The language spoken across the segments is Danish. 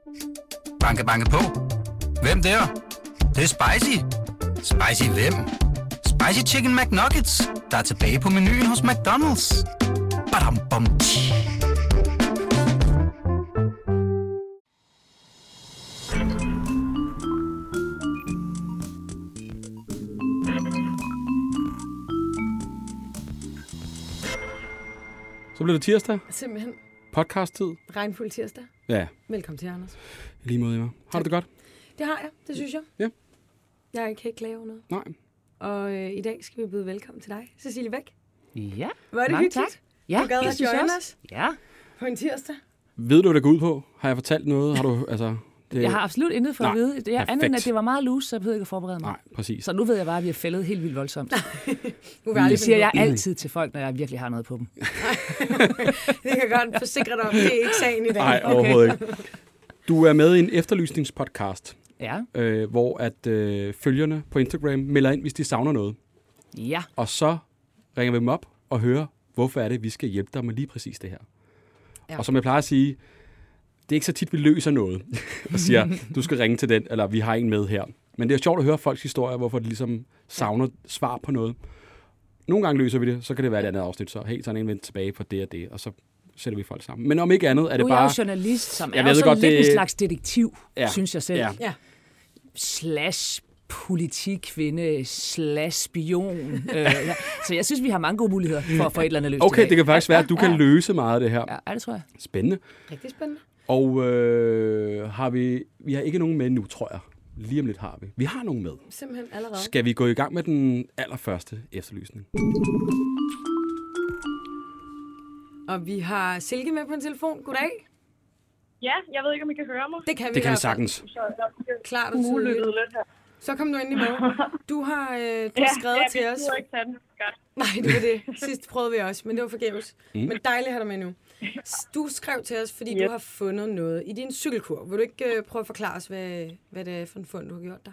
Banke, banke på. Hvem der? Det er spicy. Spicy hvem? Spicy Chicken McNuggets, der er tilbage på menuen hos McDonald's. Badum, bom, Så blev det tirsdag. Simpelthen. Podcast-tid. Regnfuld tirsdag. Ja. Velkommen til, Anders. Lige måde, Emma. Har du det godt? Det har jeg, det synes jeg. Ja. Jeg kan ikke klage over noget. Nej. Og i dag skal vi byde velkommen til dig, Cecilie Bæk. Ja. Var det hyggeligt? Tak. Ja, du gad at joine os Ja. på en tirsdag. Ved du, hvad det går ud på? Har jeg fortalt noget? Har du, det... Jeg har absolut intet for at vide. Det er andet end, at det var meget loose, så jeg behøver ikke at forberede mig. Nej, præcis. Så nu ved jeg bare, at vi har fældet helt vildt voldsomt. Det siger jeg altid til folk, når jeg virkelig har noget på dem. Det kan jeg godt forsikre dig om. Det er ikke sagen i dag. Nej, overhovedet ikke. Du er med i en efterlysningspodcast, Ja. hvor at følgerne på Instagram melder ind, hvis de savner noget. Ja. Og så ringer vi dem op og hører, hvorfor er det, vi skal hjælpe dig med lige præcis det her. Ja. Og som jeg plejer at sige, det er ikke så tit, vi løser noget, og siger, du skal ringe til den, eller vi har en med her. Men det er sjovt at høre folks historier, hvorfor de ligesom savner svar på noget. Nogle gange løser vi det, så kan det være et andet afsnit, så hey, sådan en vend tilbage på det og det, og så sætter vi folk sammen. Men om ikke andet er det bare... Nu er jeg jo journalist, som er også lidt en slags detektiv, synes jeg selv. Ja. Slash politikvinde, slash spion. Så jeg synes, vi har mange gode muligheder for at få et eller andet løst. Okay, det kan faktisk være, at du kan løse meget af det her. Ja, det tror jeg. Spændende. Rigtig spændende. Og vi har ikke nogen med nu, tror jeg. Lige om lidt har vi. Vi har nogen med. Simpelthen allerede. Skal vi gå i gang med den allerførste efterlysning? Og vi har Silke med på en telefon. Goddag. Ja, jeg ved ikke, om I kan høre mig. Det kan vi. Det kan vi sagtens. Klart og tydeligt. Så kom du endelig med. Du har skrevet til os. Nej, det var det. Sidst prøvede vi også, men det var forgæves. Men dejligt at have dig med nu. Du skrev til os, fordi du har fundet noget i din cykelkur. Vil du ikke prøve at forklare os, hvad det er for en fund, du har gjort der?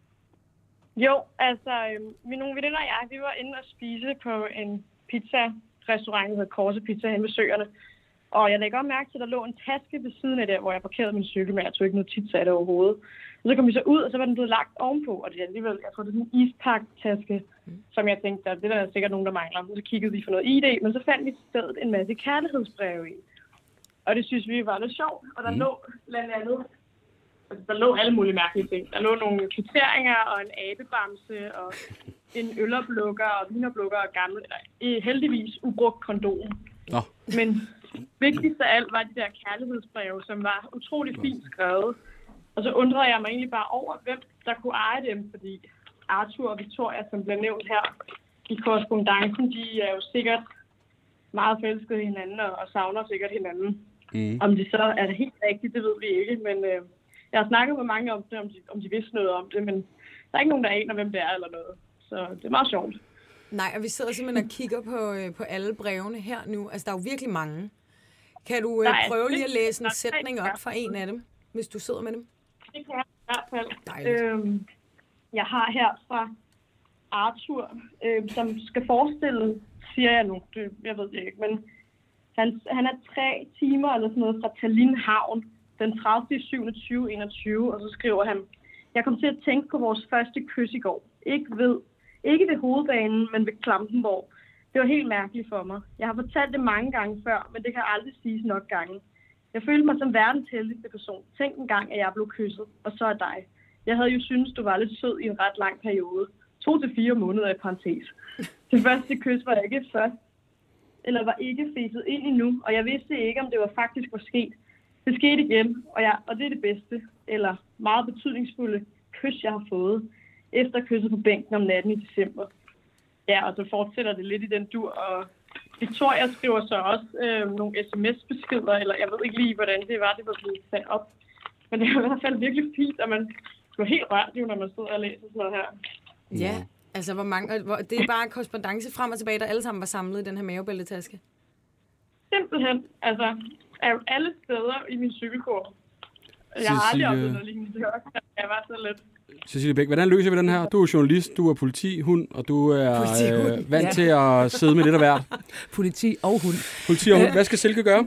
Jo, altså, nogle veninder og jeg, vi var inde og spise på en pizza-restaurant, der hedder Korse Pizza hen ved Søerne. Og jeg lagde godt mærke til, at der lå en taske ved siden af der, hvor jeg parkerede min cykel, men jeg tog ikke noget tit af det overhovedet. Og så kom vi så ud, og så var den blevet lagt ovenpå, og det er alligevel, jeg tror, det er sådan en ispaktaske, som jeg tænkte, at det der er sikkert nogen, der mangler. Så kiggede vi for noget ID, men så fandt vi i stedet en masse kærlighedsbreve i. Og det synes vi var lidt sjovt, og der lå blandt andet, altså, der lå alle mulige mærkelige ting. Der lå nogle kvitteringer og en abebamse og en øloplukker og vinerblukker og gamle, heldigvis ubrugt kondom. Nå. Men vigtigst af alt var de der kærlighedsbreve, som var utrolig fint skrevet. Og så undrede jeg mig egentlig bare over, hvem der kunne eje dem, fordi Arthur og Victoria, som bliver nævnt her i korrespondancen, de er jo sikkert meget forelskede i hinanden og savner sikkert hinanden. Om det så er det helt rigtigt, det ved vi ikke, men jeg har snakket med mange om det, om de vidste noget om det, men der er ikke nogen, der aner, hvem det er eller noget. Så det er meget sjovt. Nej, og vi sidder simpelthen og kigger på alle brevene her nu. Altså, der er jo virkelig mange. Kan du prøve lige at læse en sætning op fra en af dem, hvis du sidder med dem? Det kan jeg i hvert fald. Jeg har her fra Arthur, som skal forestille, siger jeg nu, jeg ved det ikke, men han er 3 timer eller sådan noget fra Tallinn Havn den 30.7.2021, og så skriver han, jeg kom til at tænke på vores første kys i går. Ikke ved hovedbanen, men ved Klampenborg. Det var helt mærkeligt for mig. Jeg har fortalt det mange gange før, men det kan aldrig siges nok gange. Jeg følte mig som verdens heldigste person. Tænk en gang, at jeg blev kysset, og så er dig. Jeg havde jo syntes, du var lidt sød i en ret lang periode. 2 til 4 måneder i parentes. Det første kys var ikke først, eller var ikke fæset ind endnu, og jeg vidste ikke, om det var faktisk var sket. Det skete igen, og det er det bedste, eller meget betydningsfulde kys, jeg har fået, efter kysset på bænken om natten i december. Ja, og så fortsætter det lidt i den dur, og Victoria skriver så også nogle sms-beskeder, eller jeg ved ikke lige, hvordan det var blevet sat op. Men det er i hvert fald virkelig fint, og man bliver helt rørt, når man sidder og læser sådan noget her. Ja, altså hvor mange, det er bare en korrespondance frem og tilbage, der alle sammen var samlet i den her mavebæltetaske. Simpelthen, altså alle steder i min cykelkur. Jeg har aldrig oplevet noget lignende. Jeg var så lidt. Cecilie Bæk, hvordan løser vi den her? Du er journalist, du er politihund, og du er vant til at sidde med lidt af hvert. Politi og hund. Politi og hund. Hvad skal Silke gøre?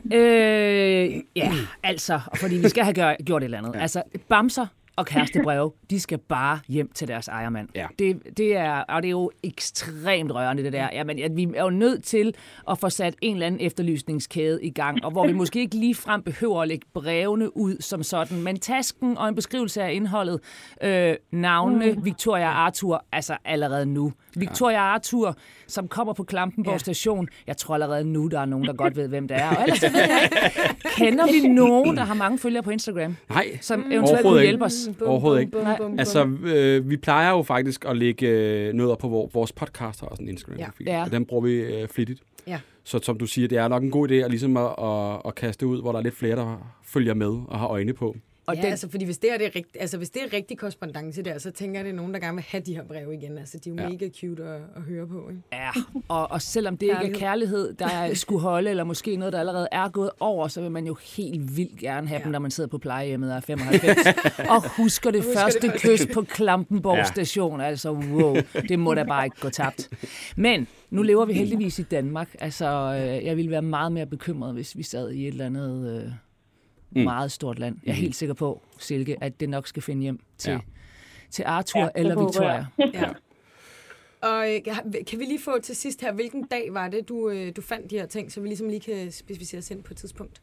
Altså, fordi vi skal have gjort et eller andet. Ja. Altså, bamser og kærestebreve, de skal bare hjem til deres ejermand. Ja. Det er jo ekstremt rørende, det der. Jamen, vi er jo nødt til at få sat en eller anden efterlysningskæde i gang, og hvor vi måske ikke ligefrem behøver at lægge brevene ud som sådan, men tasken og en beskrivelse af indholdet, navnene, Victoria og Arthur, altså allerede nu. Victoria og Arthur, som kommer på Klampenborg station, jeg tror allerede nu, der er nogen, der godt ved, hvem det er. Og ellers ved jeg ikke, kender vi nogen, der har mange følgere på Instagram? Nej, som eventuelt kunne hjælpe os? Overhovedet ikke. Altså, vi plejer jo faktisk at lægge noget op på vores podcast, har også en Instagram-profil, og den bruger vi flittigt. Ja. Så som du siger, det er nok en god idé at, ligesom at kaste ud, hvor der er lidt flere, der følger med og har øjne på. Og altså, fordi hvis det er rigtig korrespondance der, så tænker jeg, det er nogen, der gerne vil have de her breve igen. Altså, de er jo mega cute at høre på, ikke? Ja, og selvom det ikke er kærlighed, der skulle holde, eller måske noget, der allerede er gået over, så vil man jo helt vildt gerne have dem, når man sidder på plejehjemmet og er 95. Og husker det første kys på Klampenborg station. Altså, wow, det må da bare ikke gå tabt. Men nu lever vi heldigvis i Danmark. Altså, jeg ville være meget mere bekymret, hvis vi sad i et eller andet meget stort land. Jeg er helt sikker på, Silke, at det nok skal finde hjem til Arthur eller Victoria. Ja. Og kan vi lige få til sidst her, hvilken dag var det, du fandt de her ting, så vi ligesom lige kan specificere os ind på et tidspunkt?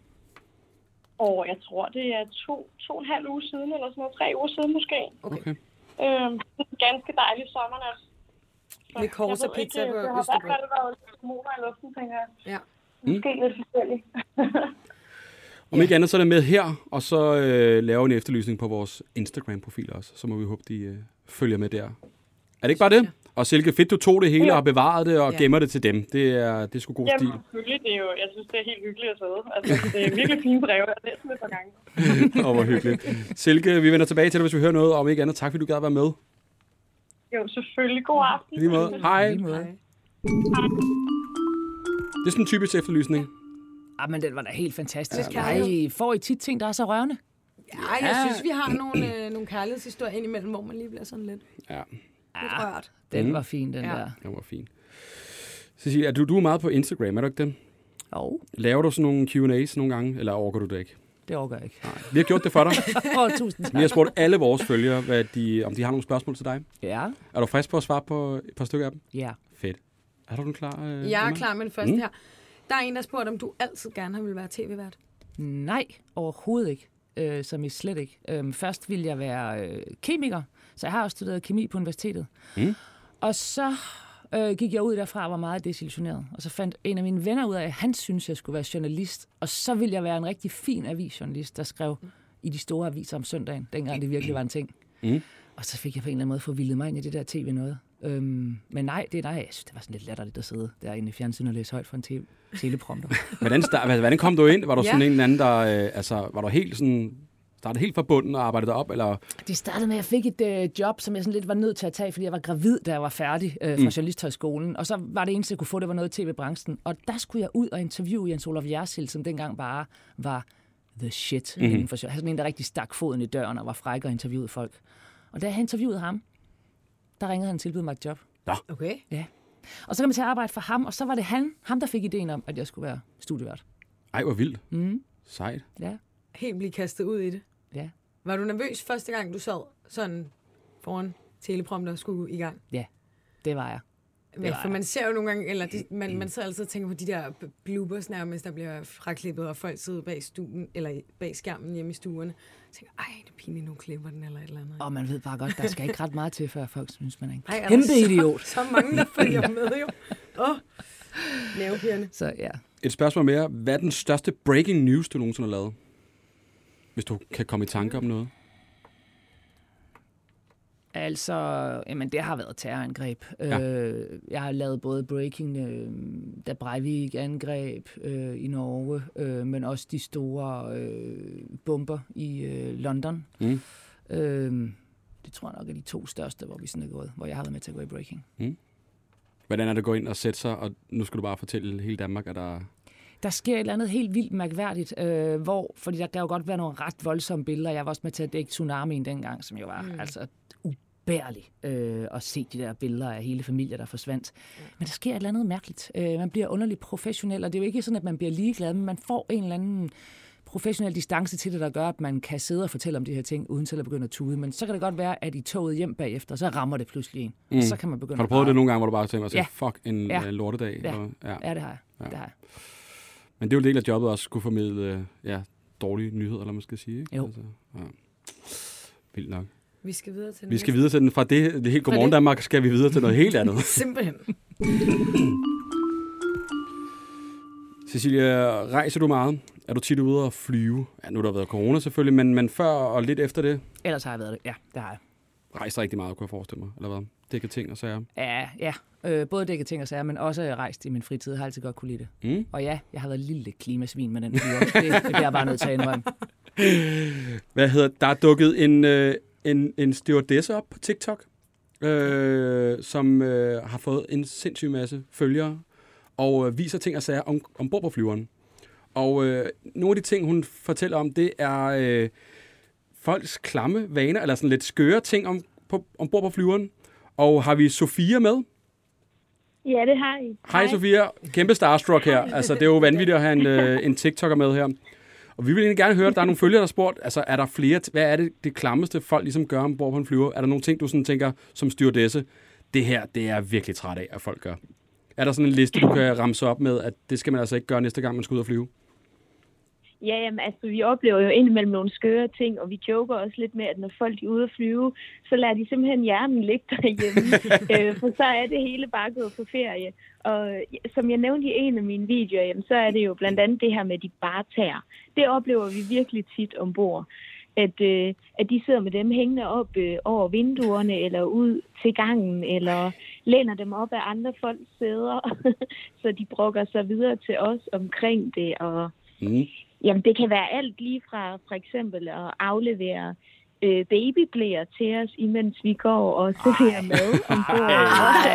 Jeg tror, det er 2,5 uger siden, eller sådan noget, 3 uger siden måske. Okay. Ganske dejlig sommernat. Med kors og pizza på Østerbro. Det har i hvert fald været lidt motor i luften, tænker jeg. Ja. Måske lidt forskelligt. Om ikke andet, så er det med her, og så laver en efterlysning på vores Instagram-profil også. Så må vi håbe, de følger med der. Er det ikke bare det? Og Silke, fedt, du tog det hele og har bevaret det og gemmer det til dem. Det er sgu god stil. Jamen, selvfølgelig. Jeg synes, det er helt hyggeligt at sidde. Altså, det er virkelig fine breve. Jeg har læst dem et par gange. Hvor hyggeligt. Silke, vi vender tilbage til dig, hvis vi hører noget. Om ikke andet, tak fordi du gad at være med. Jo, selvfølgelig. God aften. Lige måde. Hej. Det er sådan en typisk efterlysning. Men den var da helt fantastisk. Nej, får I tit ting, der er så rørende? Ja, jeg synes, vi har nogle kærlighedshistorier indimellem, hvor man lige bliver sådan lidt rørt. Den var fin, den der. Den var fin. Cecilie, du er meget på Instagram, er du ikke det? Jo. Laver du sådan nogle Q&A's nogle gange, eller orker du det ikke? Det orker jeg ikke. Nej. Vi har gjort det for dig. Tusind tak. Vi har spurgt alle vores følgere, om de har nogle spørgsmål til dig. Ja. Er du frisk på at svare på et par stykker af dem? Ja. Fedt. Er du klar? Jeg er klar med den første her. Der er en, der spurgte, om du altid gerne vil være tv-vært. Nej, overhovedet ikke. Som i slet ikke. Først ville jeg være kemiker, så jeg har også studeret kemi på universitetet. Og så gik jeg ud derfra og var meget desillusioneret. Og så fandt en af mine venner ud af, at han syntes, jeg skulle være journalist. Og så ville jeg være en rigtig fin avisjournalist, der skrev i de store aviser om søndagen, dengang det virkelig var en ting. Og så fik jeg på en eller anden måde forvildet mig ind i det der tv-noget. Men nej, jeg synes, det var sådan lidt latterligt at sidde derinde i fjernsynet og læse højt for en teleprompter. Hvordan kom du ind? Var du sådan en anden, der var du helt sådan startede helt fra bunden og arbejdede op, eller? Det startede med, at jeg fik et job, som jeg sådan lidt var nødt til at tage, fordi jeg var gravid, da jeg var færdig fra Journalisthøjskolen. Og så var det eneste, jeg kunne få, det var noget i tv-branchen. Og der skulle jeg ud og interviewe Jens Olaf Jersild, som dengang bare var the shit. Han var sådan en, der rigtig stak foden i døren og var fræk og interviewede folk. Og da jeg interviewede ham, der ringede han og tilbød mig et job. Ja. Okay. Ja. Og så kom jeg til at arbejde for ham, og så var det ham, der fik ideen om, at jeg skulle være studievært. Ej, hvor vildt. Sejt. Ja. Helt blive kastet ud i det. Ja. Var du nervøs første gang, du sad sådan foran teleprompter og skulle i gang? Ja, det var jeg. For man ser jo nogle gange, eller man sidder altid og tænker på de der bloopers nærmest, der bliver fraklippet, og folk sidder bag stuen, eller bag skærmen hjemme i stuerne. Og tænker, ej, det er pinligt, nu klipper den, eller et eller andet. Og man ved bare godt, der skal ikke ret meget til, før folk synes, man er en kæmpe idiot. Så mange, der følger med, jo. Nervepirrende. Så ja. Et spørgsmål mere. Hvad er den største breaking news, du nogensinde har lavet? Hvis du kan komme i tanke om noget. Altså, jamen, det har været terrorangreb. Ja. Jeg har lavet både breaking, da Breivik angreb i Norge, men også de store bomber i London. Det tror jeg nok er de 2 største, hvor vi sådan er gået, hvor jeg har været med til at gå i breaking. Hvordan er det at gå ind og sætte sig, og nu skal du bare fortælle hele Danmark, at der... der sker et eller andet helt vildt mærkværdigt, fordi der kan jo godt være nogle ret voldsomme billeder. Jeg var også med til at dække tsunamien dengang, som jo var altså ubærlig at se de der billeder af hele familier, der forsvandt. Men der sker et eller andet mærkeligt. Man bliver underligt professionel, og det er jo ikke sådan, at man bliver ligeglad, men man får en eller anden professionel distance til det, der gør, at man kan sidde og fortælle om de her ting, uden til at begynde at tude. Men så kan det godt være, at i toget hjem bagefter, så rammer det pludselig en. Og så kan man begynde. Har du prøvet det nogle gange, hvor du bare tænker sig, fuck en lortedag? Ja. Ja, det har jeg. Ja. Det har jeg. Men det er jo en del af jobbet også, skulle formidle dårlige nyheder, eller man skal sige. Ikke? Jo. Altså, vildt nok. Vi skal videre til Vi skal videre til den. Fra det helt Godmorgen Danmark skal vi videre til noget helt andet. Simpelthen. Cecilia, rejser du meget? Er du tit ude at flyve? Ja, nu har der været corona selvfølgelig, men før og lidt efter det? Ellers har jeg været det. Ja, det har jeg. Rejser rigtig meget, kunne jeg forestille mig, eller hvad? Dækket ting og sager? Ja. Både dækket ting og sager, men også rejst i min fritid. Jeg har altid godt kunne lide det. Og ja, jeg har været lille klimasvin med den flyver. Det bliver jeg bare nødt til at indrømme. Der er dukket en stewardesse op på TikTok, som har fået en sindssyg masse følgere, og viser ting og sager ombord på flyveren. Og nogle af de ting, hun fortæller om, det er folks klamme vaner, eller sådan lidt skøre ting ombord på flyveren. Og har vi Sofia med? Ja, det har I. Hej Sofia, kæmpe starstruck her. Altså, det er jo vanvittigt at have en TikToker med her. Og vi vil egentlig gerne høre, at der er nogle følgere, der spurgt, altså er der flere, hvad er det klammeste folk ligesom gør ombord på en flyver? Er der nogle ting, du sådan tænker som stewardesse, det her, det er virkelig træt af, at folk gør? Er der sådan en liste, du kan ramse op med, at det skal man altså ikke gøre næste gang, man skal ud og flyve? Ja, jamen, altså vi oplever jo indimellem nogle skøre ting, og vi joker også lidt med, at når folk er ude at flyve, så lader de simpelthen hjernen ligge derhjemme, for så er det hele bare gået på ferie. Og som jeg nævnte i en af mine videoer, jamen, så er det jo blandt andet det her med de bartager. Det oplever vi virkelig tit ombord. At de sidder med dem hængende op over vinduerne, eller ud til gangen, eller læner dem op af andre folks sæder, så de brokker sig videre til os omkring det. Og jamen, det kan være alt lige fra for eksempel at aflevere babyblæer til os, imens vi går og serverer mad ombord.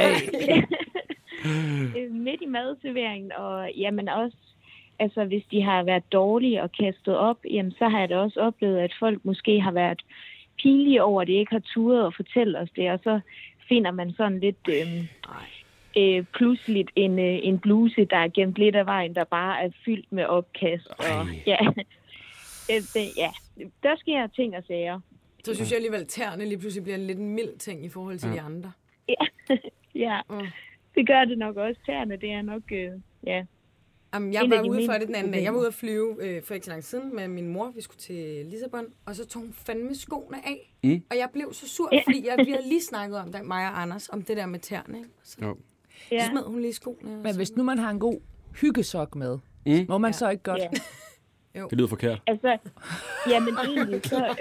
Midt i madserveringen, og jamen også, altså hvis de har været dårlige og kastet op, jamen så har jeg da også oplevet, at folk måske har været pinlige over, at de ikke har turet at fortælle os det, og så finder man sådan lidt pludseligt en bluse, der er gemt lidt af vejen, der bare er fyldt med opkast. Og, der sker ting og sager. Så synes jeg alligevel, at tæerne lige pludselig bliver en lidt mild ting i forhold til de andre. Ja. Det gør det nok også. Tæerne, det er nok, Jamen, jeg var ude for det den anden dag. Jeg var ude at flyve for ikke så lang tid med min mor. Vi skulle til Lissabon, og så tog hun fandme skoene af. Og jeg blev så sur, fordi vi havde lige snakket om det, mig og Anders, om det der med tæerne. Ikke? Så smed hun lige skoene. Men hvis nu man har en god hyggesok med, må man så ikke godt? Jo. Det lyder forkert. Altså, jamen egentlig så...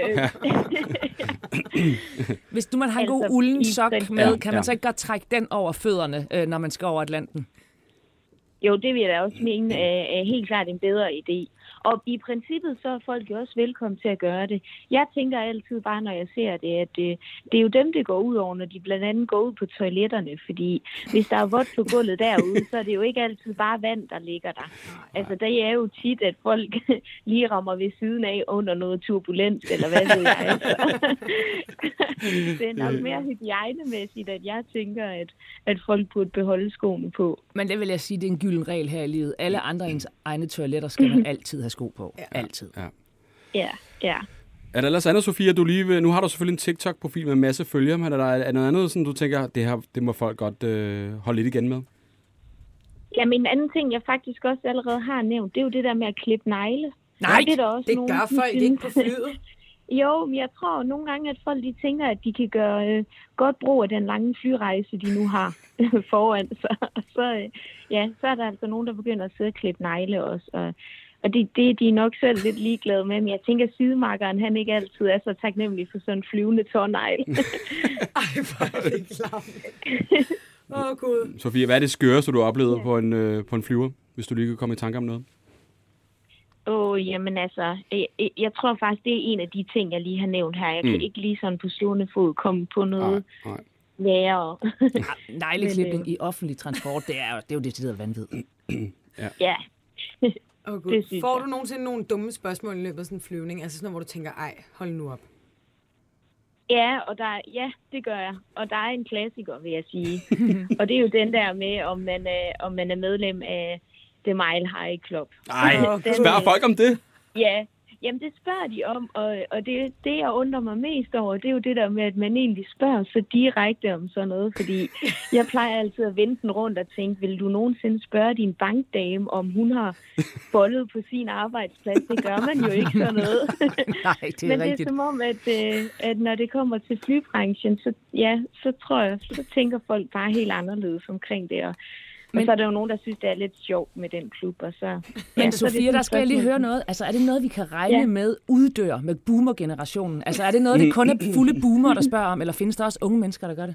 Hvis nu man har en god ulden sok med, kan man så ikke godt trække den over fødderne, når man skal over Atlanten? Jo, det vil jeg da også mene er helt klart en bedre idé. Og i princippet, så er folk jo også velkommen til at gøre det. Jeg tænker altid bare, når jeg ser det, at det er jo dem, det går ud over, når de blandt andet går ud på toiletterne. Fordi hvis der er vådt på gulvet derude, så er det jo ikke altid bare vand, der ligger der. Altså, det er jo tit, at folk lige rammer ved siden af under noget turbulens, eller hvad ved jeg. Altså. Det er nok mere hygiejnemæssigt, at jeg tænker, at folk burde beholde skoene på. Men det vil jeg sige, det er en gylden regel her i livet. Alle andre ens egne toiletter skal man altid have sko på. Ja. Altid. Ja. Er der ellers andet, Sofia, nu har du selvfølgelig en TikTok-profil med en masse følgere, men er der noget andet, som du tænker, det må folk godt holde lidt igen med? Jamen en anden ting, jeg faktisk også allerede har nævnt, det er jo det der med at klippe negle. Nej, det gør folk ikke på flyet. Jo, men jeg tror nogle gange, at folk de tænker, at de kan gøre godt brug af den lange flyrejse, de nu har foran sig. Og så er der altså nogen, der begynder at sidde og klippe negle også. Og det er de nok selv lidt ligeglade med, men jeg tænker, at sidemarkeren, han ikke altid er så taknemmelig for sådan en flyvende tårnegle. Ej, hvor er det klart. Gud. Sofia, hvad er det skøreste, du oplevede på en flyver, hvis du lige kan komme i tanke om noget? Jamen altså, jeg tror faktisk, det er en af de ting, jeg lige har nævnt her. Jeg kan ikke lige sådan på stående fod komme på noget værre. Negleklipning i offentlig transport, det er jo det, der vanvid. Ja. Får du nogensinde nogle dumme spørgsmål i løbet af sådan en flyvning? Altså sådan noget, hvor du tænker, ej, hold nu op. Ja, det gør jeg. Og der er en klassiker, vil jeg sige. Og det er jo den der med, om man er medlem af The Mile High Club. Nej, spørger folk om det? Ja, jamen det spørger de om, og det jeg undrer mig mest over, det er jo det der med, at man egentlig spørger så direkte om sådan noget, fordi jeg plejer altid at vende den rundt og tænke, vil du nogensinde spørge din bankdame, om hun har bollet på sin arbejdsplads? Det gør man jo ikke sådan noget. Nej, det er men rigtigt. det er som om, at når det kommer til flybranchen, så tror jeg, så tænker folk bare helt anderledes omkring det, men så er der jo nogen, der synes, det er lidt sjovt med den klub. Og så, men Sofia, der skal jeg lige høre noget. Altså, er det noget, vi kan regne med uddør med boomer-generationen? Altså, er det noget, det kun er fulde boomer, der spørger om, eller findes der også unge mennesker, der gør det?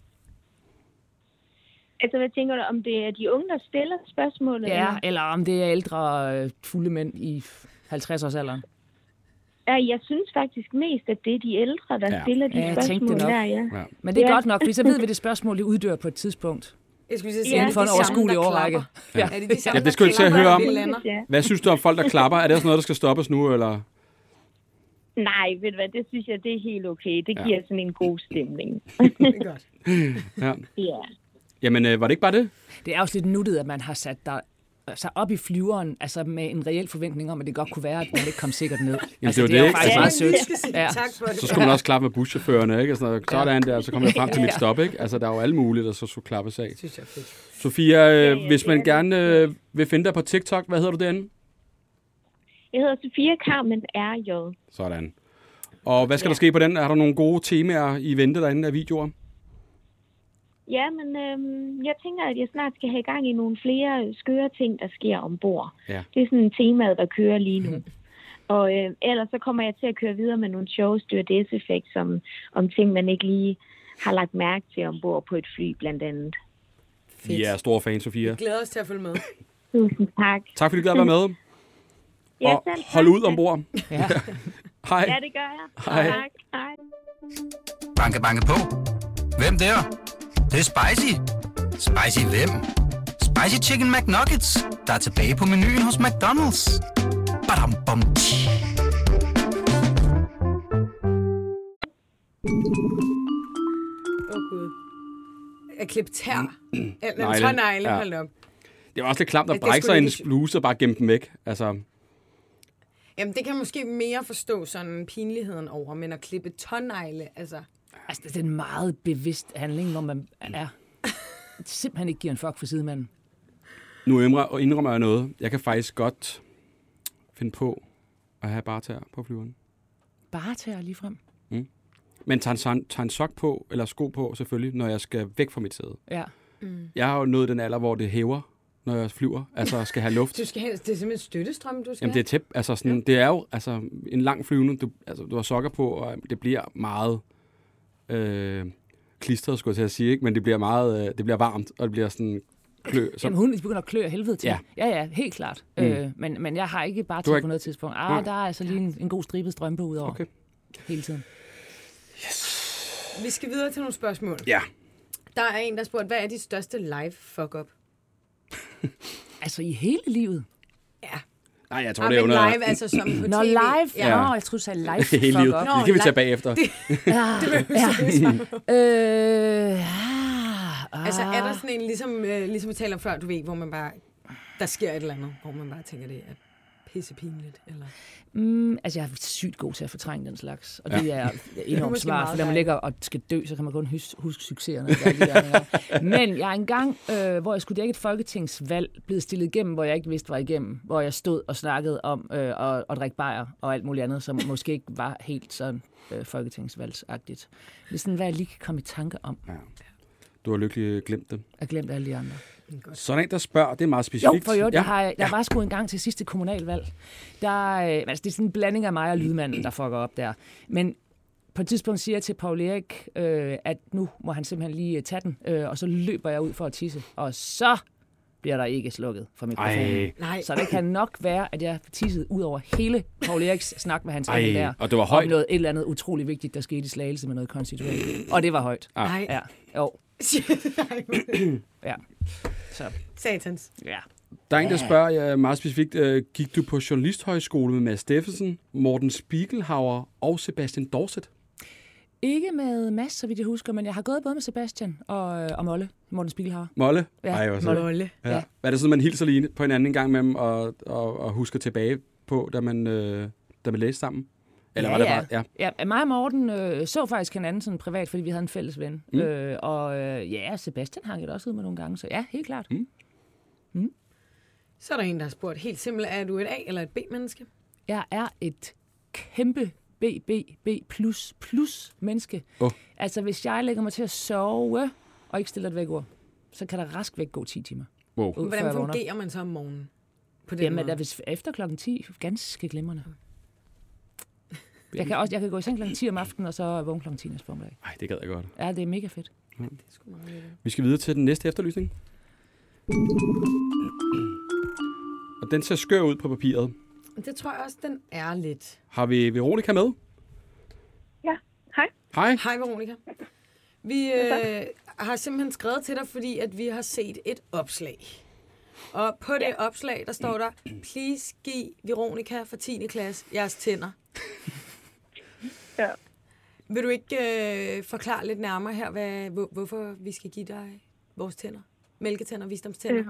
Altså, hvad tænker du, om det er de unge, der stiller spørgsmålet? Ja, eller om det er ældre fulde mænd i 50-årsalderen? Ja, jeg synes faktisk mest, at det er de ældre, der stiller de spørgsmål der, ja. Men det er godt nok, fordi så ved vi, det spørgsmål, det uddør på et tidspunkt. Jeg skulle sige, for en overskuelig overrække. Ja. Er det de samme, det skulle jeg til at høre om. Ja. Hvad synes du om folk, der klapper? Er det også noget, der skal stoppes nu, eller? Nej, ved du hvad, det synes jeg, det er helt okay. Det giver sådan en god stemning. Det er godt. Ja. Jamen, var det ikke bare det? Det er også lidt nuttet, at man har sat sig op i flyveren, altså med en reel forventning om, at det godt kunne være, at man ikke kom sikkert ned. Jamen, altså, det er faktisk meget sødt. Ja. Tak for det. Så skulle man også klappe med buschaufførerne, ikke? Sådan der, så kommer jeg frem til mit stop, ikke? Altså, der er jo alle mulige, der så skulle klappes af. Synes jeg fedt. Sofia, hvis man gerne vil finde dig på TikTok, hvad hedder du derinde? Jeg hedder Sofia Carmen R.J. Sådan. Og hvad skal der ske på den? Er der nogle gode temaer i vente derinde af videoer? Ja, men jeg tænker, at jeg snart skal have i gang i nogle flere skøre ting, der sker ombord. Ja. Det er sådan en tema, der kører lige nu. Og ellers så kommer jeg til at køre videre med nogle sjove stewardess-effekts om ting, man ikke lige har lagt mærke til ombord på et fly, blandt andet. Vi er store fans, Sofia. Vi glæder os til at følge med. Tusind tak. Tak fordi du gad at være med. Ja, og hold ud ombord. Ja. Hej. Ja, det gør jeg. Hej. Tak. Hej. Banke, banke på. Hvem der? Det er spicy. Spicy hvem? Spicy Chicken McNuggets, der er tilbage på menuen hos McDonald's. Badum, bom, Gud. At klippe tær. Eller tårnegle, hold op. Det var også lidt klamt at brække sig en bluse og bare gemme dem væk. Altså. Jamen, det kan måske mere forstå sådan pinligheden over, men at klippe tårnegle, altså det er en meget bevidst handling, når man simpelthen ikke giver en fuck for sidemanden. Nu indrømmer jeg noget. Jeg kan faktisk godt finde på at have bartær på flyveren. Bartær ligefrem? Men tager en sok på, eller sko på selvfølgelig, når jeg skal væk fra mit sæde. Ja. Jeg har jo nået den alder, hvor det hæver, når jeg flyver. Altså skal have luft. Det er simpelthen støttestrøm, du skal. Jamen det er tæt. Altså sådan, det er jo en lang flyvning. Du har sokker på, og det bliver meget klistret, skulle jeg til at sige, ikke? Men det bliver varmt, og det bliver sådan klø. Jamen hun begynder at klø af helvede til. Ja, helt klart. Men jeg har ikke bare tid på noget tidspunkt. Der er altså lige en god stribet strømpe udover. Okay. Hele tiden. Yes. Vi skal videre til nogle spørgsmål. Ja. Der er en, der spurgte, hvad er dit største live fuck-up? Altså i hele livet? Ja. Nej, jeg tror, det er jo noget. Live, altså som på TV. Nå, live? Ja. Nå, jeg tror du sagde live fuck-up. Det kan vi tage bagefter. Det altså er der sådan en, ligesom vi talte om før, du ved, hvor man bare, der sker et eller andet, hvor man bare tænker, det er pissepinligt, eller? Altså, jeg er sygt god til at fortrænge den slags, og det er enormt smart, for når man ligger og skal dø, så kan man kun huske succeserne. Men jeg er engang, hvor jeg skulle dække et folketingsvalg, blevet stillet igennem, hvor jeg ikke vidste, var igennem, hvor jeg stod og snakkede om at drikke bajer og alt muligt andet, som måske ikke var helt sådan folketingsvalgsagtigt. Det er sådan, hvad jeg lige kan komme i tanke om. Ja. Du har lykkelig glemt det. Jeg har glemt alle de andre. Sådan en, der spørger, det er meget specifikt. Jo, for jo, der var sgu en gang til sidste kommunalvalg. Altså, det er sådan en blanding af mig og lydmanden, der fucker op der. Men på et tidspunkt siger jeg til Paul Erik, at nu må han simpelthen lige tage den, og så løber jeg ud for at tisse. Og så bliver der ikke slukket for mikrofonen. Så det kan nok være, at jeg tissede ud over hele Paul Eriks snak med hans egen der. Og det var højt. Om noget et eller andet utroligt vigtigt, der skete i Slagelse med noget konstitueret. Og det var højt. Nej. Ja. Jo. Shit, ja. Så. Satans. Ja. Der er en, der spørger meget specifikt, gik du på journalisthøjskole med Mads Steffensen, Morten Spiegelhauer og Sebastian Dorset? Ikke med Mads, så vidt jeg husker, men jeg har gået både med Sebastian og Molle, Morten Spiegelhauer. Molle? Ja, ej, Molle. Ja. Er det sådan, man hilser lige på hinanden en gang med dem og husker tilbage på, da man læste sammen? Eller var det bare, ja, mig og Morten så faktisk hinanden sådan privat, fordi vi havde en fælles ven. Sebastian hang jeg også ud med nogle gange, så ja, helt klart. Så er der en, der har spurgt helt simpelt, er du et A- eller et B-menneske? Jeg er et kæmpe B+ menneske. Altså, hvis jeg lægger mig til at sove og ikke stiller et vækord, så kan der rask væk gå 10 timer. Wow. Hvordan fungerer man så om morgenen? På den måde? Hvis efter klokken 10, ganske glimrende. Jeg kan gå i seng klokken 10 om aftenen, og så vågne klokken 10 næste formiddag. Ej, det gad jeg godt. Ja, det er mega fedt. Det er sgu meget fedt. Vi skal videre til den næste efterlysning. Og den ser skør ud på papiret. Det tror jeg også, den er lidt. Har vi Veronica med? Ja, hej. Hej. Hej, Veronica. Vi har simpelthen skrevet til dig, fordi at vi har set et opslag. Og på det opslag, der står der, please giv Veronica fra 10. klasse jeres tænder. Ja. Vil du ikke forklare lidt nærmere her, hvorfor vi skal give dig vores tænder? Mælketænder, visdomstænder?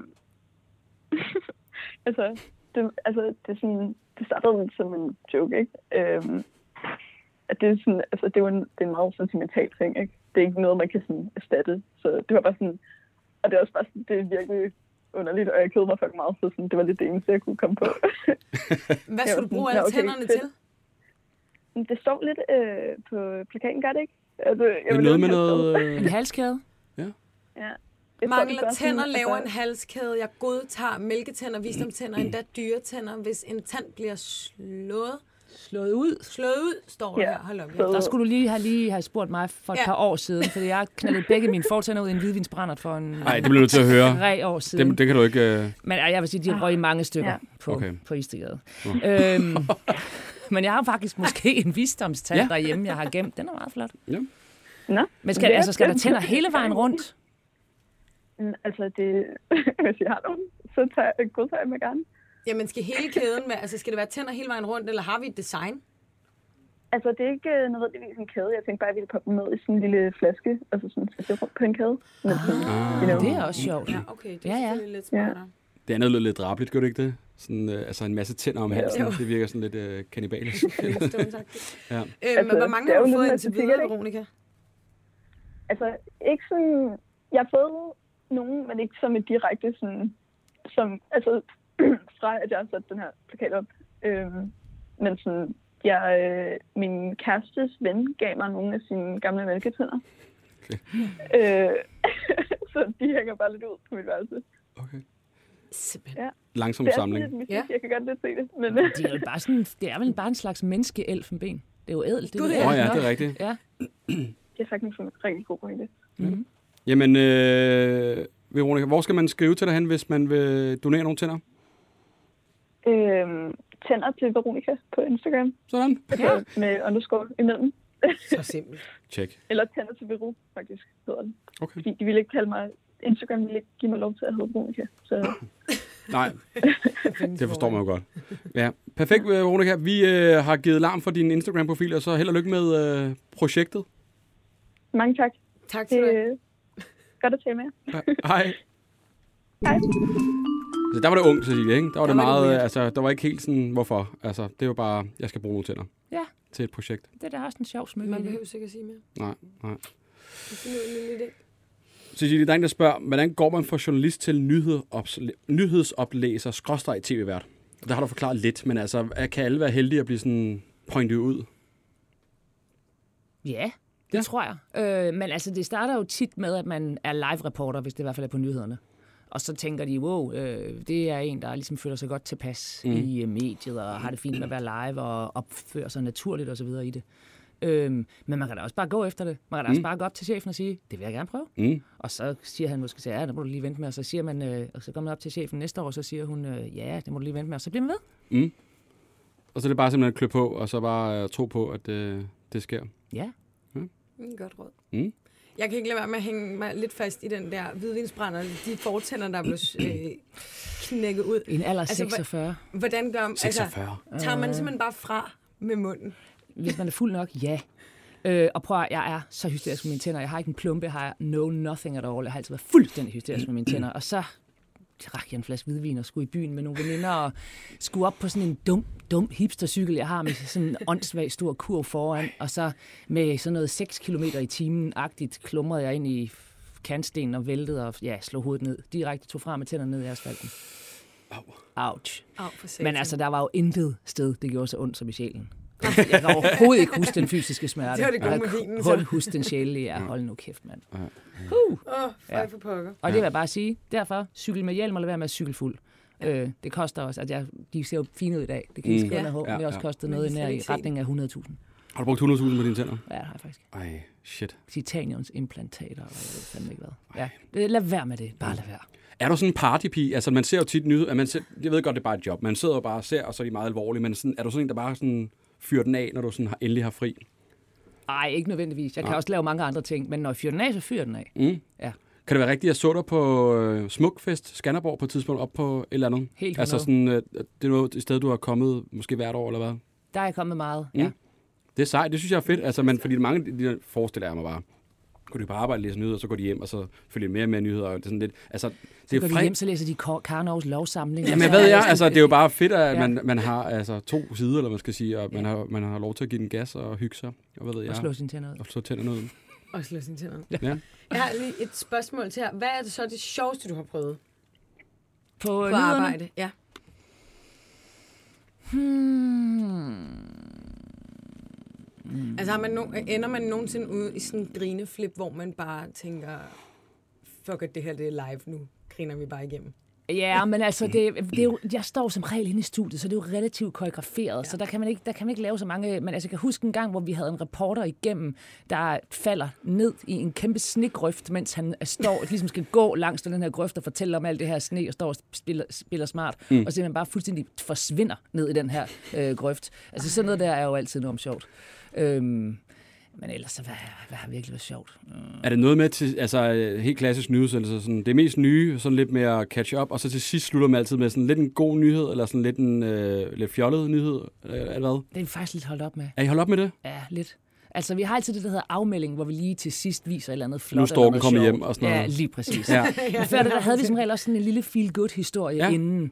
Det er sådan, det startede lidt som en joke, ikke? At det er sådan, altså det er en meget sentimental ting, ikke? Det er ikke noget, man kan sådan erstatte. Så det var bare sådan, og det er også bare sådan, det er virkelig underligt, og jeg kede mig fucking meget, så sådan, det var lidt det eneste, jeg kunne komme på. Hvad skulle du bruge alle tænderne til? Det står lidt på plakaten, gør det ikke? Altså, det er noget med noget... En halskæde? Ja. Mangler tænder, laver en halskæde. Jeg godtager mælketænder, visdomstænder, endda dyretænder, hvis en tand bliver slået ud, står der her. Hold op. Der skulle du lige have spurgt mig for et par år siden, fordi jeg knaldede begge mine fortænder ud i en hvidvinsbrændert for Nej, det bliver du til at høre. 3 år siden. Det kan du ikke... Men jeg vil sige, de røg i mange stykker på Istegade. Men jeg har faktisk måske en visdomstand derhjemme, jeg har gemt. Den er meget flot. Ja. Men skal der tænder hele vejen rundt? Altså, hvis jeg har nogen, så godtager jeg mig gerne. Jamen, skal hele kæden være, altså skal det være tænder hele vejen rundt, eller har vi et design? Altså, det er ikke nødvendigvis en kæde. Jeg tænkte bare, at jeg ville poppe dem ned i sådan en lille flaske, og så sådan sætte rundt på en kæde. Det er også sjovt. Ja, okay, det er selvfølgelig lidt smartere. Det andet lød lidt drabeligt, gør det ikke det? Sådan, altså en masse tænder om halsen, det virker sådan lidt kannibalisk. Ja. Hvor mange har du fået indtil videre, Veronica? Altså, ikke sådan... Jeg har fået nogen, men ikke som et direkte sådan... Altså, fra at jeg har sat den her plakat op. Men sådan... min kærestes ven gav mig nogle af sine gamle mælketænder. Okay. Så de hænger bare lidt ud på mit værelse. Okay. Simpelthen. Ja. Langsom samling. Jeg kan godt lidt se det. Men... Det er vel bare en slags menneskeelfenben. Det er jo ædelt. Det ja, det er rigtigt. Ja. Det er faktisk en rigtig god pointe. Mm-hmm. Jamen, Veronica, hvor skal man skrive til dig hen, hvis man vil donere nogle tænder? Tænder til Veronica på Instagram. Sådan. Altså, med underscore imellem. Så simpelt. Check. Eller tænder til Vero, faktisk, hedder den. Okay. Fordi de ville ikke kalde mig... Instagram ville ikke give mig lov til at hedde Veronica. Så... Nej, det forstår man jo godt. Ja, perfekt, Veronica. Vi har givet larm for din Instagram-profil, og så held og lykke med projektet. Mange tak. Tak til dig. Godt at tage med. Hej. Hej. Så der var det ungt, Cecilie, ikke? Der var det meget, altså, der var ikke helt sådan, hvorfor. Altså, det var bare, jeg skal bruge nogle tænder. Ja. Til et projekt. Det er da også en sjov smykke. Man behøver sikkert sige mere. Nej. Det er en lille idé. Cecilie, der er en, der spørger, hvordan går man fra journalist til nyhedsoplæser, /tv-vært? Der har du forklaret lidt, men altså, kan alle være heldige at blive sådan pointet ud? Ja, det tror jeg. Men altså, det starter jo tit med, at man er live-reporter, hvis det i hvert fald er på nyhederne. Og så tænker de, wow, det er en, der ligesom føler sig godt tilpas i mediet, og har det fint med at være live, og opfører sig naturligt osv. i det. Men man kan da også bare gå efter det. Man kan da også bare gå op til chefen og sige, det vil jeg gerne prøve. Og så siger han måske, ja, det må du lige vente med. Og så siger man, og så går man op til chefen næste år, og så siger hun, ja, det må du lige vente med. Og så bliver man ved. Og så er det bare simpelthen at klø på, og så bare tro på, at det sker. Ja. Godt råd. Jeg kan ikke lade være med at hænge mig lidt fast i den der hvidvinsbrænder, de fortænder, der blev knækket ud. En alder 46. Hvordan gør man? 46. Tager man simpelthen bare fra med munden? Hvis man er fuld nok, ja. Og prøv at, jeg er så hysterisk med mine tænder. Jeg har ikke en plumpe, jeg har nothing at all. Jeg har altid været fuldstændig hysterisk med mine tænder. Og så drak jeg en flaske hvidvin og skulle i byen med nogle veninder og skulle op på sådan en dum hipstercykel, jeg har med sådan en åndssvag stor kurv foran. Og så med sådan noget 6 kilometer i timen-agtigt klumrede jeg ind i kantstenen og væltede og slog hovedet ned. Direkte tog frem med tænderne ned i asfalten. Ouch. Men altså, der var jo intet sted, det gjorde så ondt som i sjælen. Jeg kan overhovedet ikke huske den fysiske smerte. Det var det gode med vinen. Jeg kan huske den sjælelige. Ja, hold nu kæft, mand. Fej for pokker. Og det vil jeg bare sige. Derfor, cykel med hjelm, eller være med at cykle fuld. Det koster også, at de ser jo fine ud i dag. Det kan I skrive under håb, men det har også kostet noget nær i retning af 100.000. Har du brugt 100.000 på dine tænder? Ja, det har jeg faktisk. Ej, shit. Titaniumsimplantater, og jeg ved fandme ikke hvad. Ja, lad være med det. Bare lad være. Er du sådan en partypige? Altså, man ser jo tit nyheder. Jeg ved godt, det er bare et job. Man sidder jo bare og ser, og så er de meget alvorlige. Men sådan, er du sådan en, der bare sådan fyrer den af, når du sådan endelig har fri? Nej, ikke nødvendigvis. Jeg kan også lave mange andre ting, men når jeg fyrer den af, så fyrer den af. Ja. Kan det være rigtigt, at jeg så dig på Smukfest, Skanderborg, på et tidspunkt op på et eller andet? Helt altså sådan, det er noget et sted, du har kommet måske hvert år, eller hvad? Der er jeg kommet meget, ja. Det er sejt, det synes jeg er fedt. Altså, fordi mange de forestiller jeg mig bare. Går de på arbejde, læser nyheder, så går de hjem, og så følger mere og mere nyheder. Og det er sådan lidt, altså, så går de hjem, så læser de Karnovs lovsamling. Jamen, hvad ved jeg? Altså, det er jo bare fedt, at man har altså 2 sider, eller man skal sige, og man har lov til at give den gas og hygge sig. Og, hvad ved jeg? Og slå sine tænder ud. Og slå tænderne ud. Og slå sine tænder ud. Ja. Jeg har lige et spørgsmål til her. Hvad er det så det sjoveste, du har prøvet? På arbejde? Ja. Altså ender man nogensinde ude i sådan en grineflip, hvor man bare tænker, fuck it, det her det er live nu, griner vi bare igennem? Ja, men altså, det er jo, jeg står som regel inde i studiet, så det er jo relativt koreograferet, så der kan man ikke lave så mange, men altså, jeg kan huske en gang, hvor vi havde en reporter igennem, der falder ned i en kæmpe snegrøft, mens han ligesom skal gå langs den her grøft og fortælle om alt det her sne, og står og spiller smart, og så man bare fuldstændig forsvinder ned i den her grøft. Altså, sådan noget der er jo altid noget sjovt. Men ellers, så hvad har virkelig været sjovt? Er det noget med til, altså helt klassisk nyhedsudsendelse, sådan det mest nye, sådan lidt mere catch up, og så til sidst slutter man altid med sådan lidt en god nyhed, eller sådan lidt en lidt fjollet nyhed, eller hvad? Det er vi faktisk lidt holdt op med. Er I holdt op med det? Ja, lidt. Altså, vi har altid det, der hedder afmelding, hvor vi lige til sidst viser et eller andet flot. Nu Storken kommer hjem og sådan noget. Ja, lige præcis. Ja. Men før det, der havde vi som regel også sådan en lille feel-good-historie inden.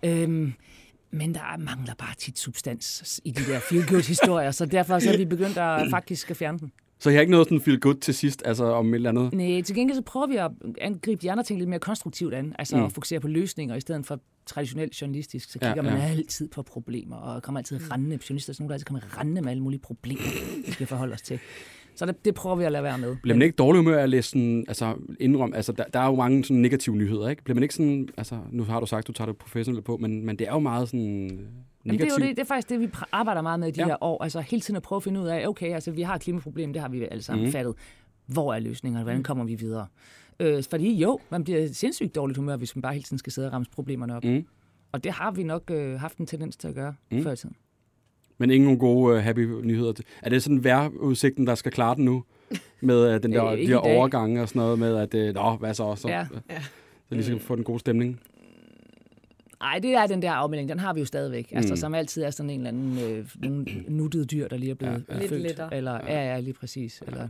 Men der mangler bare tit substans i de der feel-good-historier, så derfor så er vi begyndt at faktisk fjerne den. Så jeg har ikke noget sådan feel-good til sidst, altså om et eller andet? Nej, til gengæld så prøver vi at angribe de andre ting lidt mere konstruktivt an, altså at fokusere på løsninger i stedet for traditionelt journalistisk, så kigger man altid på problemer, og kommer altid rendende, journalister, sådan nogle der altid kommer rendende med alle mulige problemer, vi skal forholde os til. Så det prøver vi at lade være med. Bliver man ikke dårlig humør at læse sådan, altså indrøm, altså der er jo mange sådan negative nyheder, ikke? Bliver man ikke sådan, altså nu har du sagt, du tager det professionelt på, men det er jo meget sådan negativt. Det er faktisk det, vi arbejder meget med i de her år, altså hele tiden at prøve at finde ud af, okay, altså vi har et klimaproblem, det har vi alle sammen fattet. Hvor er løsningerne? Hvordan kommer vi videre? Fordi man bliver sindssygt dårligt humør, hvis man bare hele tiden skal sidde og ramme problemerne op. Og det har vi nok haft en tendens til at gøre før i tiden. Men ingen gode happy nyheder. Er det sådan vejrudsigten, der skal klare den nu? Med den der, de her overgange og sådan noget med, at hvad så? Så ligesom få den gode stemning. Nej, det er den der afmelding. Den har vi jo stadigvæk. Altså, som altid er sådan en eller anden nuttede dyr, der lige er blevet født. Lidt eller lige præcis. Eller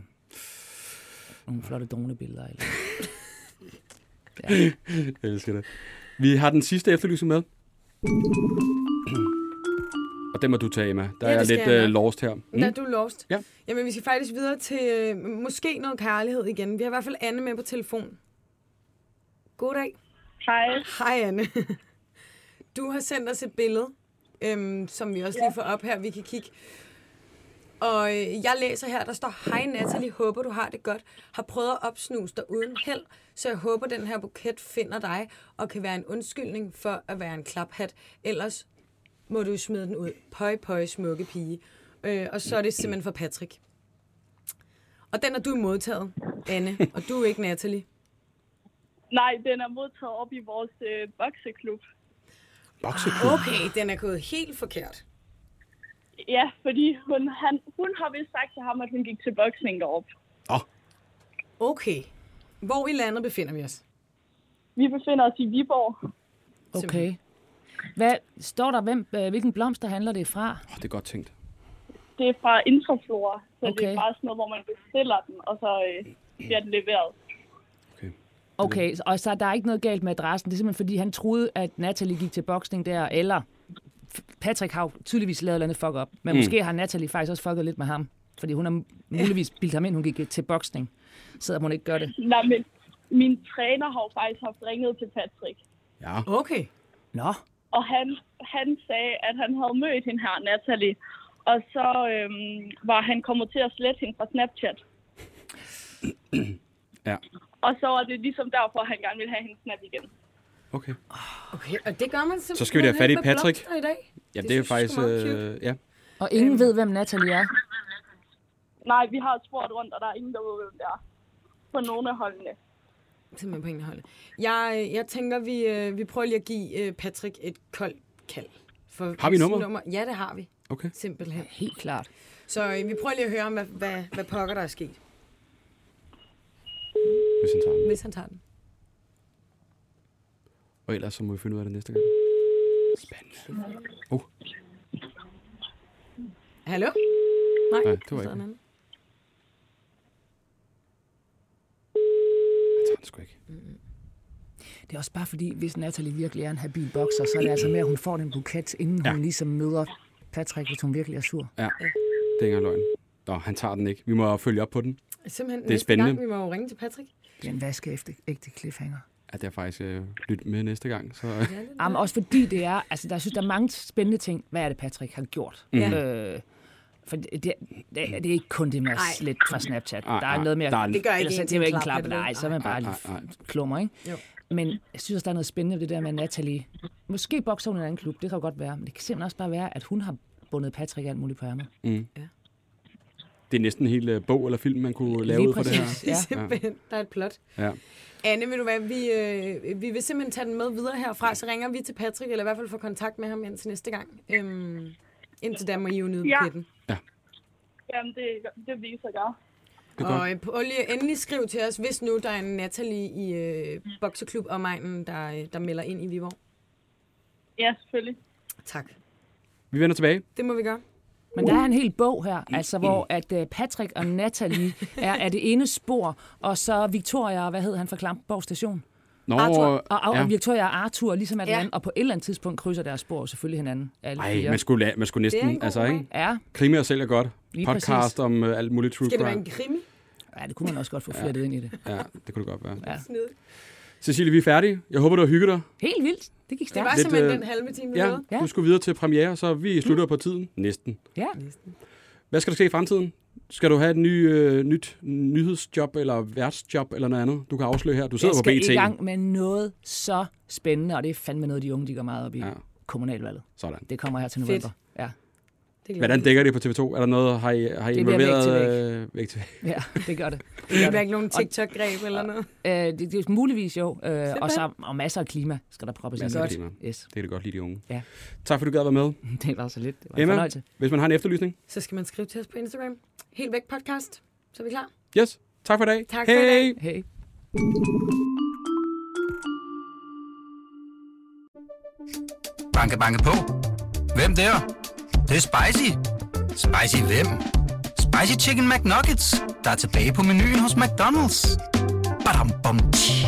nogle flotte dronebilleder. Eller. Jeg elsker det. Vi har den sidste efterlysning med. Og den må du tage, Emma. Der er lidt lost her. Der er du lost? Ja. Jamen, vi skal faktisk videre til måske noget kærlighed igen. Vi har i hvert fald Anne med på telefon. Goddag. Hej. Hej, Anne. Du har sendt os et billede, som vi også lige får op her, vi kan kigge. Og jeg læser her, der står, hej Natalie, håber du har det godt. Har prøvet at opsnuse dig uden held, så jeg håber, den her buket finder dig og kan være en undskyldning for at være en klaphat. Ellers må du smide den ud. Pøj, pøj, smukke pige. Og så er det simpelthen for Patrick. Og den er du modtaget, Anne, og du er ikke Natalie. Nej, den er modtaget op i vores bokseklub. Okay, den er gået helt forkert. Ja, fordi hun har vist sagt til ham, at hun gik til boksning deroppe. Okay. Hvor i landet befinder vi os? Vi befinder os i Viborg. Okay. Hvad står der, hvilken blomster handler det fra? Det er godt tænkt. Det er fra Intraflora, så det er bare sådan noget, hvor man bestiller den, og så bliver den leveret. Okay, og så der er ikke noget galt med adressen. Det er simpelthen, fordi han troede, at Natalie gik til boksning der, eller Patrick har tydeligvis lavet noget fuck op. Men måske har Natalie faktisk også fucket lidt med ham, fordi hun har muligvis bildt ham ind, hun gik til boksning. Så hun ikke gør det. Nej, men min træner har jo faktisk haft ringet til Patrick. Ja. Okay. Nå. Og han sagde, at han havde mødt hende her, Natalie, og så var han kommet til at slette hende fra Snapchat. Ja. Og så var det ligesom derfor, han gerne ville have hendes snap igen. Okay. Okay, og det gør man simpelthen. Så skal vi da have fat i Patrick. I dag. Ja, det er faktisk... ja. Og ingen ved, hvem Natalie er? Nej, vi har spurgt rundt, og der er ingen, der ved, hvem det er. På nogle af holdene. Simpelthen på en af holdene. Jeg tænker, vi prøver lige at give Patrick et koldt kald. Har vi nummer? Ja, det har vi. Okay. Simpelthen. Helt klart. Så vi prøver lige at høre om, hvad pokker der er sket. Hvis han tager den. Og ellers så må vi finde ud af det næste gang. Spændende. Hallo? Nej, det var ikke. anden. Jeg tager den sgu ikke. Det er også bare fordi, hvis Natalie virkelig er en habil bokser, så er det altså med, at hun får den buket, inden hun ligesom møder Patrick, hvis hun virkelig er sur. Ja, det er ikke engang løgn. Nå, han tager den ikke. Vi må følge op på den. Simpelthen det er spændende. Gang, vi må jo ringe til Patrick. Det er en vaskeægte cliffhanger. Ja, det er faktisk lyt med næste gang. Så. Jamen, også fordi det er, altså der er mange spændende ting. Hvad er det, Patrick har gjort? For det er ikke kun det med at slette fra Snapchat. Der er noget mere. Det gør ikke det er jo ikke en klap. Nej, så er man bare lidt klummer, ikke? Jo. Men jeg synes også, der er noget spændende ved det der med Natalie. Måske bokser hun i en anden klub, det kan jo godt være. Men det kan simpelthen også bare være, at hun har bundet Patrick alt muligt på ærmet. Ja. Det er næsten en hel bog eller film, man kunne lave ud for det her. Ja. Simpelthen, der er et plot. Ja. Anne, vil du hvad, vi vil simpelthen tage den med videre herfra, så ringer vi til Patrick, eller i hvert fald få kontakt med ham indtil næste gang. Indtil da må I jo nyde buketten. Ja. Jamen, det viser jeg. Og endelig skriv til os, hvis nu der er en Natalie i bokseklub omegnen, der melder ind i Viborg. Ja, selvfølgelig. Tak. Vi vender tilbage. Det må vi gøre. Men der er en hel bog her, altså hvor at Patrick og Natalie er det ene spor, og så Victoria, hvad hed han fra Klampenborg Station? Arthur. Og Victoria og Arthur, ligesom at og på et eller andet tidspunkt krydser deres spor selvfølgelig hinanden. Nej, man skulle næsten, altså ikke? Ja. Krimi og sælger godt. Lige podcast præcis. Om alt muligt true crime. Skal det være en krimi? Ja, det kunne man også godt få flettet ind i det. Ja, det kunne det godt være. Ja. Cecilie, vi er færdige. Jeg håber, du har hygget dig. Helt vildt. Det gik stærkt. Det var simpelthen den halve time, vi nåede. Du skulle videre til premiere, så vi slutter på tiden. Næsten. Ja. Hvad skal der ske i fremtiden? Skal du have et nyt nyhedsjob eller værtsjob eller noget andet? Du kan afsløre her. Du sidder på BT. Jeg skal i gang med noget så spændende, og det er fandme noget, de unge de går meget op i. Kommunalvalget. Sådan. Det kommer her til november. Ja. Hvordan dækker det på TV2? Er der noget, har I involveret? Væk til væk. Ja, det gør det. Det er ikke nogen TikTok-greb eller noget? Det er muligvis jo. Og masser af klima skal der proppes ind. Masser af klima. Yes. Det kan det godt lide, de unge. Ja. Tak for, du gad at være med. Det var så lidt. Det var Emma, hvis man har en efterlysning? Så skal man skrive til os på Instagram. Helt væk podcast. Så er vi klar. Yes. Tak for i dag. Tak for i dag. Hej. Banke, banke på. Hvem der? Det er spicy. Spicy hvem? Spicy Chicken McNuggets, der er tilbage på menuen hos McDonald's. Badum, bom, tji.